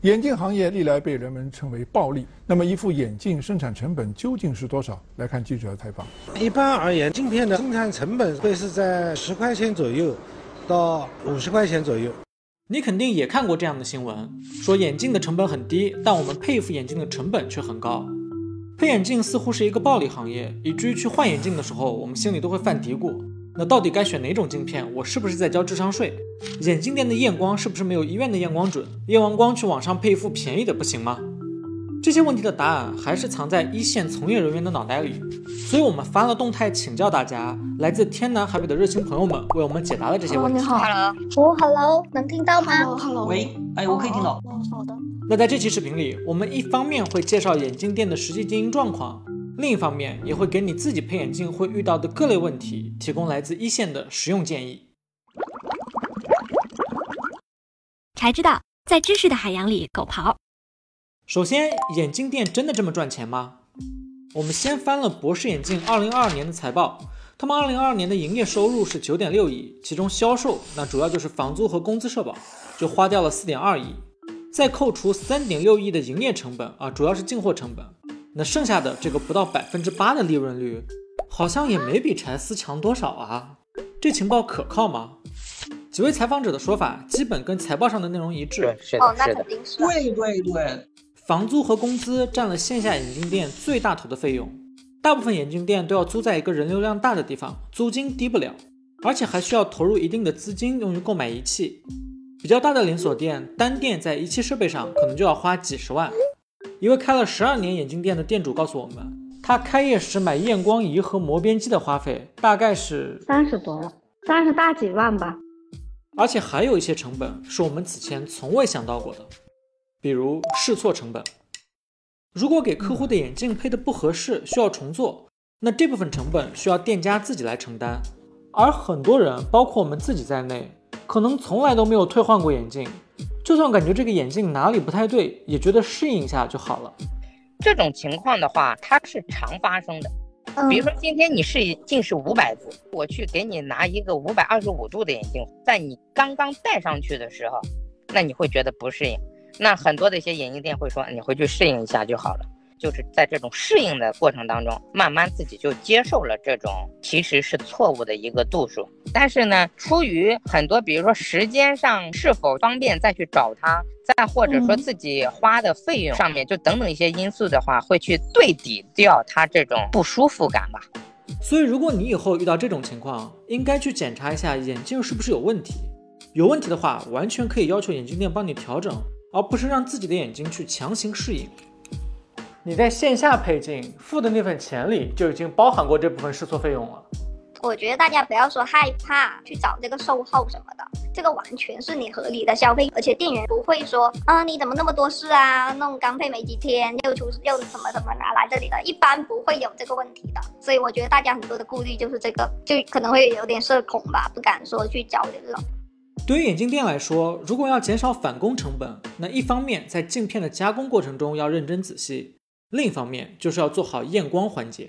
眼镜行业历来被人们称为暴利，那么一副眼镜生产成本究竟是多少？来看记者的采访。 一般而言，镜片的生产成本会是在10块钱左右到50块钱左右。 你肯定也看过这样的新闻，说眼镜的成本很低，但我们配一副眼镜的成本却很高。配眼镜似乎是一个暴利行业，以至于去换眼镜的时候，我们心里都会犯嘀咕。那到底该选哪种镜片？我是不是在交智商税？眼镜店的验光是不是没有医院的验光准？验完光去网上配一副便宜的不行吗？这些问题的答案还是藏在一线从业人员的脑袋里，所以我们发了动态请教大家，来自天南海北的热心朋友们为我们解答了这些问题。 你好 ，Hello， 能听到吗 ？Hello， 喂，我可以听到。 好的。 那在这期视频里，我们一方面会介绍眼镜店的实际经营状况，另一方面也会给你自己配眼镜会遇到的各类问题提供来自一线的实用建议。 才知道在知识的海洋里狗刨。 首先，眼镜店真的这么赚钱吗？我们先翻了博士眼镜2022年的财报，他们2022年的营业收入是9.6亿，其中销售那主要就是房租和工资社保，就花掉了4.2亿，再扣除3.6亿的营业成本主要是进货成本，那剩下的这个不到8%的利润率，好像也没比柴斯强多少啊。这情报可靠吗？几位采访者的说法基本跟财报上的内容一致。 是的，那肯定是。 对。 房租和工资占了线下眼镜店最大头的费用，大部分眼镜店都要租在一个人流量大的地方，租金低不了，而且还需要投入一定的资金用于购买仪器。比较大的连锁店，单店在仪器设备上可能就要花几十万。一位开了12年眼镜店的店主告诉我们，他开业时买验光仪和磨边机的花费大概是 30多万，30大几万吧。 而且还有一些成本是我们此前从未想到过的，比如试错成本。如果给客户的眼镜配的不合适，需要重做，那这部分成本需要店家自己来承担。而很多人，包括我们自己在内，可能从来都没有退换过眼镜，就算感觉这个眼镜哪里不太对，也觉得适应一下就好了。 这种情况的话，它是常发生的。比如说今天你近视500度，我去给你拿一个525度的眼镜，在你刚刚戴上去的时候，那你会觉得不适应。那很多的一些眼镜店会说你回去适应一下就好了，就是在这种适应的过程当中，慢慢自己就接受了这种其实是错误的一个度数。但是呢，出于很多比如说时间上是否方便再去找它，再或者说自己花的费用上面，就等等一些因素的话，会去对抵掉它这种不舒服感吧。 所以如果你以后遇到这种情况，应该去检查一下眼镜是不是有问题。有问题的话，完全可以要求眼镜店帮你调整，而不是让自己的眼睛去强行适应。你在线下配镜付的那份钱里就已经包含过这部分试错费用了。 我觉得大家不要说害怕去找这个售后什么的，这个完全是你合理的消费，而且店员不会说你怎么那么多事啊，弄刚配没几天又什么拿来这里的，一般不会有这个问题的。所以我觉得大家很多的顾虑就是这个，就可能会有点社恐吧，不敢说去找这种。 对于眼镜店来说，如果要减少返工成本，那一方面在镜片的加工过程中要认真仔细，另一方面就是要做好验光环节。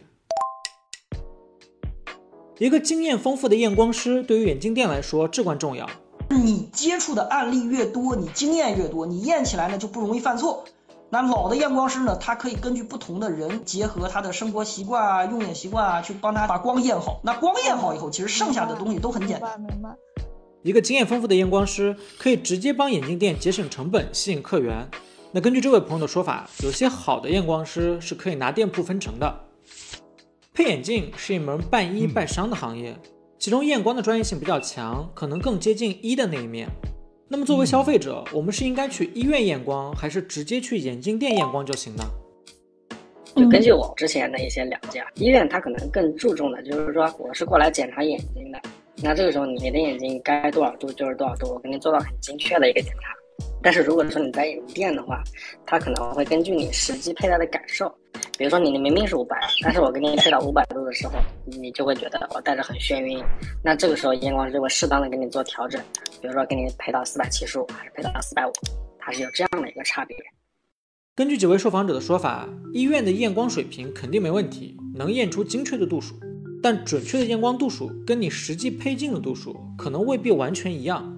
一个经验丰富的验光师对于眼镜店来说至关重要。 你接触的案例越多，你经验越多，你验起来呢就不容易犯错。那老的验光师呢，他可以根据不同的人，结合他的生活习惯啊、用眼习惯啊，去帮他把光验好。那光验好以后，其实剩下的东西都很简单。 明白。 一个经验丰富的验光师可以直接帮眼镜店节省成本，吸引客源。那根据这位朋友的说法，有些好的验光师是可以拿店铺分成的。配眼镜是一门半医半商的行业，其中验光的专业性比较强，可能更接近医的那一面。那么作为消费者，我们是应该去医院验光，还是直接去眼镜店验光就行呢？ 就根据我之前的一些了解，医院它可能更注重的就是说，我是过来检查眼睛的，那这个时候你的眼睛该多少度就是多少度，我给你做到很精确的一个检查。但是如果说你在眼镜店的话，它可能会根据你实际佩戴的感受，比如说你明明是500，但是我给你配到500度的时候，你就会觉得我戴着很眩晕，那这个时候验光师就会适当的给你做调整，比如说给你配到475还是配到450，它是有这样的一个差别。 根据几位受访者的说法，医院的验光水平肯定没问题，能验出精确的度数，但准确的验光度数跟你实际配镜的度数可能未必完全一样。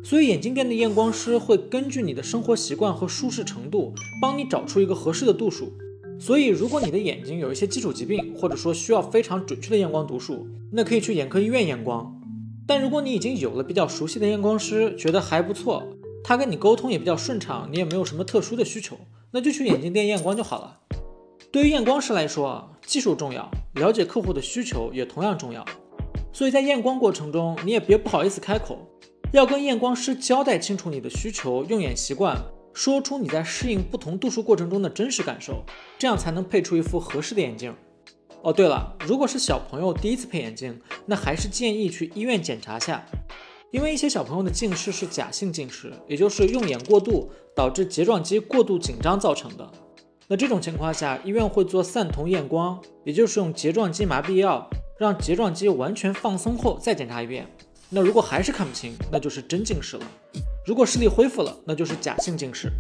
所以眼镜店的验光师会根据你的生活习惯和舒适程度，帮你找出一个合适的度数。所以如果你的眼睛有一些基础疾病，或者说需要非常准确的验光度数，那可以去眼科医院验光。但如果你已经有了比较熟悉的验光师，觉得还不错，他跟你沟通也比较顺畅，你也没有什么特殊的需求，那就去眼镜店验光就好了。对于验光师来说，技术重要，了解客户的需求也同样重要。所以在验光过程中，你也别不好意思开口，要跟验光师交代清楚你的需求、用眼习惯，说出你在适应不同度数过程中的真实感受，这样才能配出一副合适的眼镜。哦，对了，如果是小朋友第一次配眼镜，那还是建议去医院检查下，因为一些小朋友的近视是假性近视，也就是用眼过度导致睫状肌过度紧张造成的。那这种情况下，医院会做散瞳验光，也就是用睫状肌麻痹药让睫状肌完全放松后再检查一遍。那如果还是看不清，那就是真近视了；如果视力恢复了，那就是假性近视。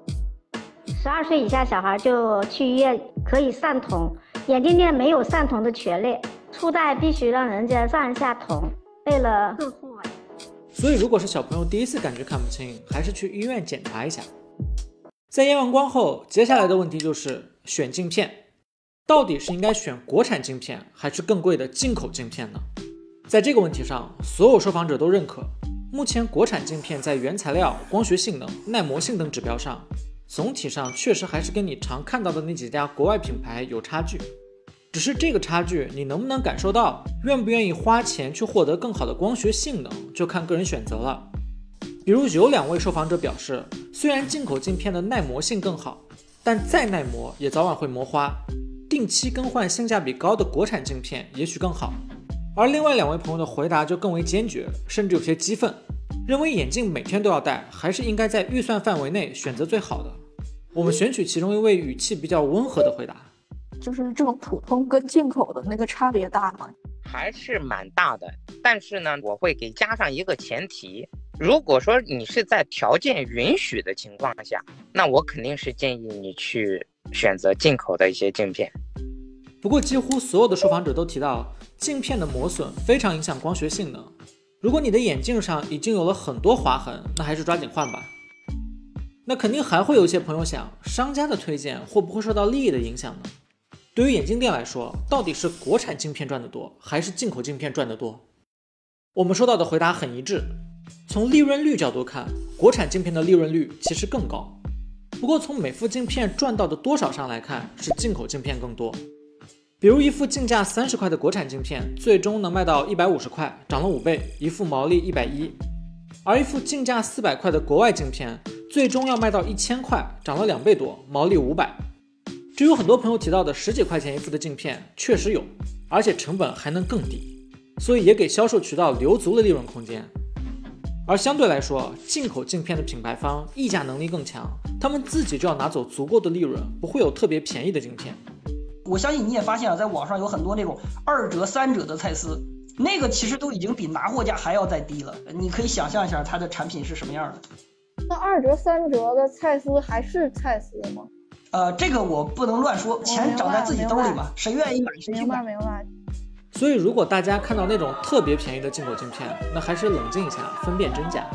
12岁以下小孩就去医院可以散瞳，眼镜店没有散瞳的权利，初代必须让人家上一下瞳，为了客户。 所以如果是小朋友第一次感觉看不清，还是去医院检查一下。在验完光后，接下来的问题就是选镜片，到底是应该选国产镜片，还是更贵的进口镜片呢？在这个问题上，所有受访者都认可，目前国产镜片在原材料、光学性能、耐磨性等指标上，总体上确实还是跟你常看到的那几家国外品牌有差距。只是这个差距你能不能感受到，愿不愿意花钱去获得更好的光学性能，就看个人选择了。比如有2位受访者表示，虽然进口镜片的耐磨性更好，但再耐磨也早晚会磨花，定期更换性价比高的国产镜片也许更好。而另外2位朋友的回答就更为坚决，甚至有些激愤，认为眼镜每天都要戴，还是应该在预算范围内选择最好的。我们选取其中一位语气比较温和的回答， 就是这种普通跟进口的那个差别大吗？ 还是蛮大的，但是呢，我会给加上一个前提，如果说你是在条件允许的情况下，那我肯定是建议你去选择进口的一些镜片。 不过几乎所有的受访者都提到，镜片的磨损非常影响光学性能，如果你的眼镜上已经有了很多划痕，那还是抓紧换吧。那肯定还会有一些朋友想，商家的推荐会不会受到利益的影响呢？对于眼镜店来说，到底是国产镜片赚得多，还是进口镜片赚得多？我们收到的回答很一致，从利润率角度看，国产镜片的利润率其实更高。不过从每副镜片赚到的多少上来看，是进口镜片更多。比如一副镜价30块的国产镜片，最终能卖到150块，涨了5倍，一副毛利110；而一副镜价400块的国外镜片，最终要卖到1000块，涨了2倍多，毛利500。至于很多朋友提到的10几块钱一副的镜片，确实有，而且成本还能更低，所以也给销售渠道留足了利润空间。而相对来说，进口镜片的品牌方议价能力更强，他们自己就要拿走足够的利润，不会有特别便宜的镜片。 我相信你也发现了，在网上有很多那种2折、3折的蔡司，那个其实都已经比拿货价还要再低了。你可以想象一下它的产品是什么样的。 那2折、3折的蔡司还是蔡司吗？ 这个我不能乱说，钱长在自己兜里嘛，谁愿意买谁去买。 明白。 所以如果大家看到那种特别便宜的进口镜片，那还是冷静一下，分辨真假。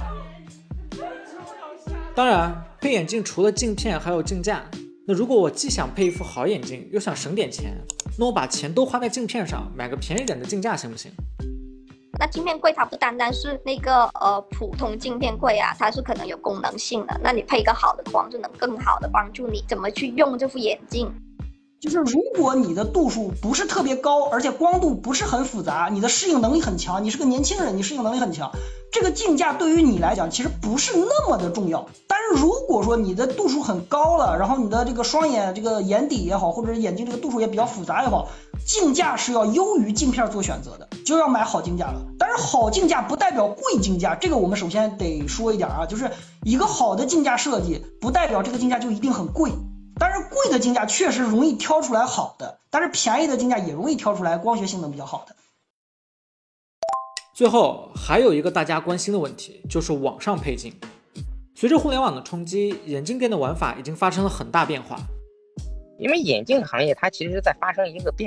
当然，配眼镜除了镜片还有镜架，那如果我既想配一副好眼镜，又想省点钱，那我把钱都花在镜片上，买个便宜点的镜架行不行？ 那镜片贵它不单单是那个普通镜片贵啊，它是可能有功能性的。那你配一个好的光，就能更好的帮助你怎么去用这副眼镜。 就是如果你的度数不是特别高，而且光度不是很复杂，你的适应能力很强，你是个年轻人，你适应能力很强，这个镜架对于你来讲其实不是那么的重要。但是如果说你的度数很高了，然后你的这个双眼这个眼底也好，或者是眼睛这个度数也比较复杂也好，镜架是要优于镜片做选择的，就要买好镜架了。但是好镜架不代表贵镜架，这个我们首先得说一点啊，就是一个好的镜架设计不代表这个镜架就一定很贵。但是贵的镜架确实容易挑出来好的，但是便宜的镜架也容易挑出来光学性能比较好的。 最后还有一个大家关心的问题，就是网上配镜。随着互联网的冲击，眼镜店的玩法已经发生了很大变化。 因为眼镜行业它其实在发生一个变革，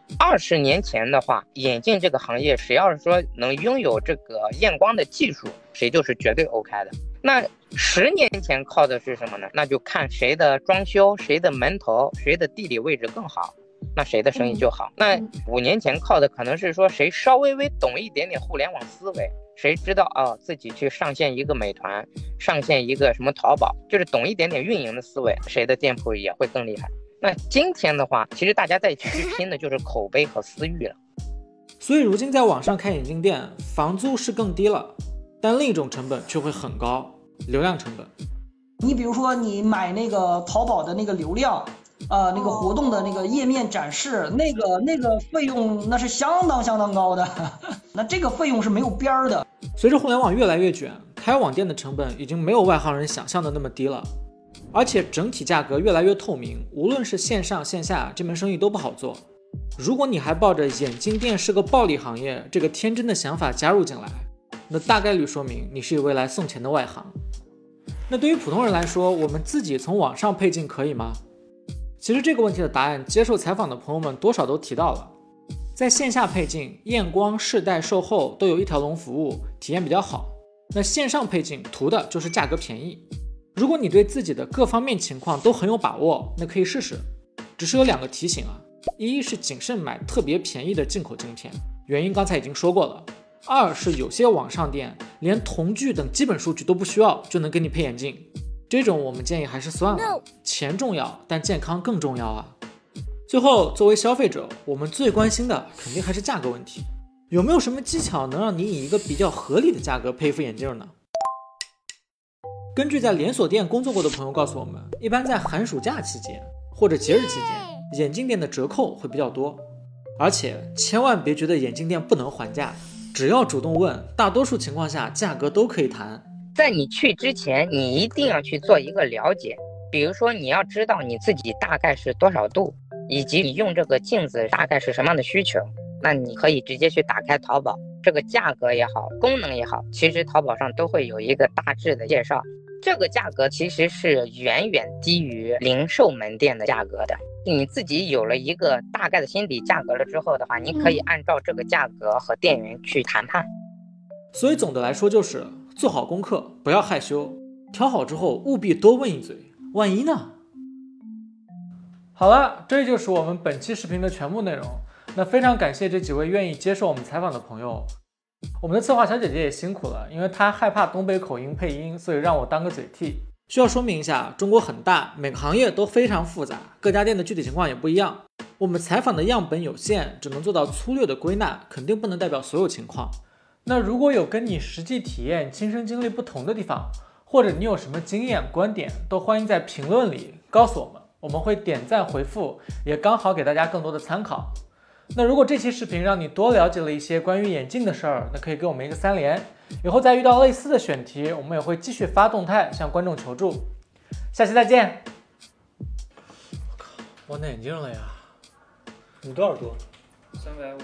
20年前的话，眼镜这个行业，谁要是说能拥有这个验光的技术，谁就是绝对 OK 的。那10年前靠的是什么呢？那就看谁的装修、谁的门头、谁的地理位置更好，那谁的生意就好。那5年前靠的可能是说谁稍微懂一点点互联网思维，谁知道自己去上线一个美团，上线一个什么淘宝，就是懂一点点运营的思维，谁的店铺也会更厉害。那今天的话，其实大家在去拼的就是口碑和私域了。 所以如今在网上开眼镜店，房租是更低了，但另一种成本却会很高，流量成本。 你比如说你买那个淘宝的那个流量，那个活动的那个页面展示，那个费用那是相当高的，那这个费用是没有边儿的。 随着互联网越来越卷，开网店的成本已经没有外行人想象的那么低了，而且整体价格越来越透明，无论是线上线下，这门生意都不好做。如果你还抱着眼镜店是个暴利行业这个天真的想法加入进来，那大概率说明你是一位来送钱的外行。那对于普通人来说，我们自己从网上配镜可以吗？其实这个问题的答案，接受采访的朋友们多少都提到了。在线下配镜，验光、试戴、售后都有一条龙服务，体验比较好。那线上配镜图的就是价格便宜。如果你对自己的各方面情况都很有把握，那可以试试。只是有2个提醒啊，一是谨慎买特别便宜的进口镜片，原因刚才已经说过了。2是有些网上店连瞳距等基本数据都不需要就能给你配眼镜，这种我们建议还是算了，钱重要，但健康更重要啊。最后，作为消费者，我们最关心的肯定还是价格问题。有没有什么技巧能让你以一个比较合理的价格配一副眼镜呢？根据在连锁店工作过的朋友告诉我们，一般在寒暑假期间或者节日期间，眼镜店的折扣会比较多。而且千万别觉得眼镜店不能还价，只要主动问，大多数情况下价格都可以谈。 在你去之前，你一定要去做一个了解，比如说你要知道你自己大概是多少度，以及你用这个镜子大概是什么样的需求。那你可以直接去打开淘宝，这个价格也好，功能也好，其实淘宝上都会有一个大致的介绍。这个价格其实是远远低于零售门店的价格的。你自己有了一个大概的心理价格了之后的话，你可以按照这个价格和店员去谈判。 所以总的来说就是做好功课，不要害羞，挑好之后务必多问一嘴，万一呢？好了，这就是我们本期视频的全部内容。那非常感谢这几位愿意接受我们采访的朋友。我们的策划小姐姐也辛苦了，因为她害怕东北口音配音，所以让我当个嘴替。需要说明一下，中国很大，每个行业都非常复杂，各家店的具体情况也不一样。我们采访的样本有限，只能做到粗略的归纳，肯定不能代表所有情况。那如果有跟你实际体验、亲身经历不同的地方，或者你有什么经验、观点，都欢迎在评论里告诉我们，我们会点赞回复，也刚好给大家更多的参考。那如果这期视频让你多了解了一些关于眼镜的事儿，那可以给我们一个3连，以后再遇到类似的选题，我们也会继续发动态向观众求助。下期再见。我靠，忘戴眼镜了呀！你多少度？350。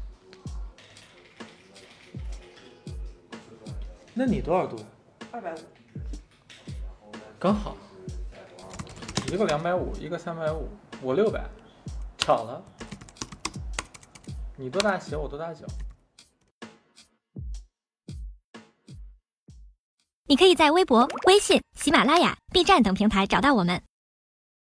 那你多少度？250。刚好，一个250，一个350，我600，巧了。你多大鞋，我多大脚。 你可以在微博、微信、喜马拉雅、B 站等平台找到我们。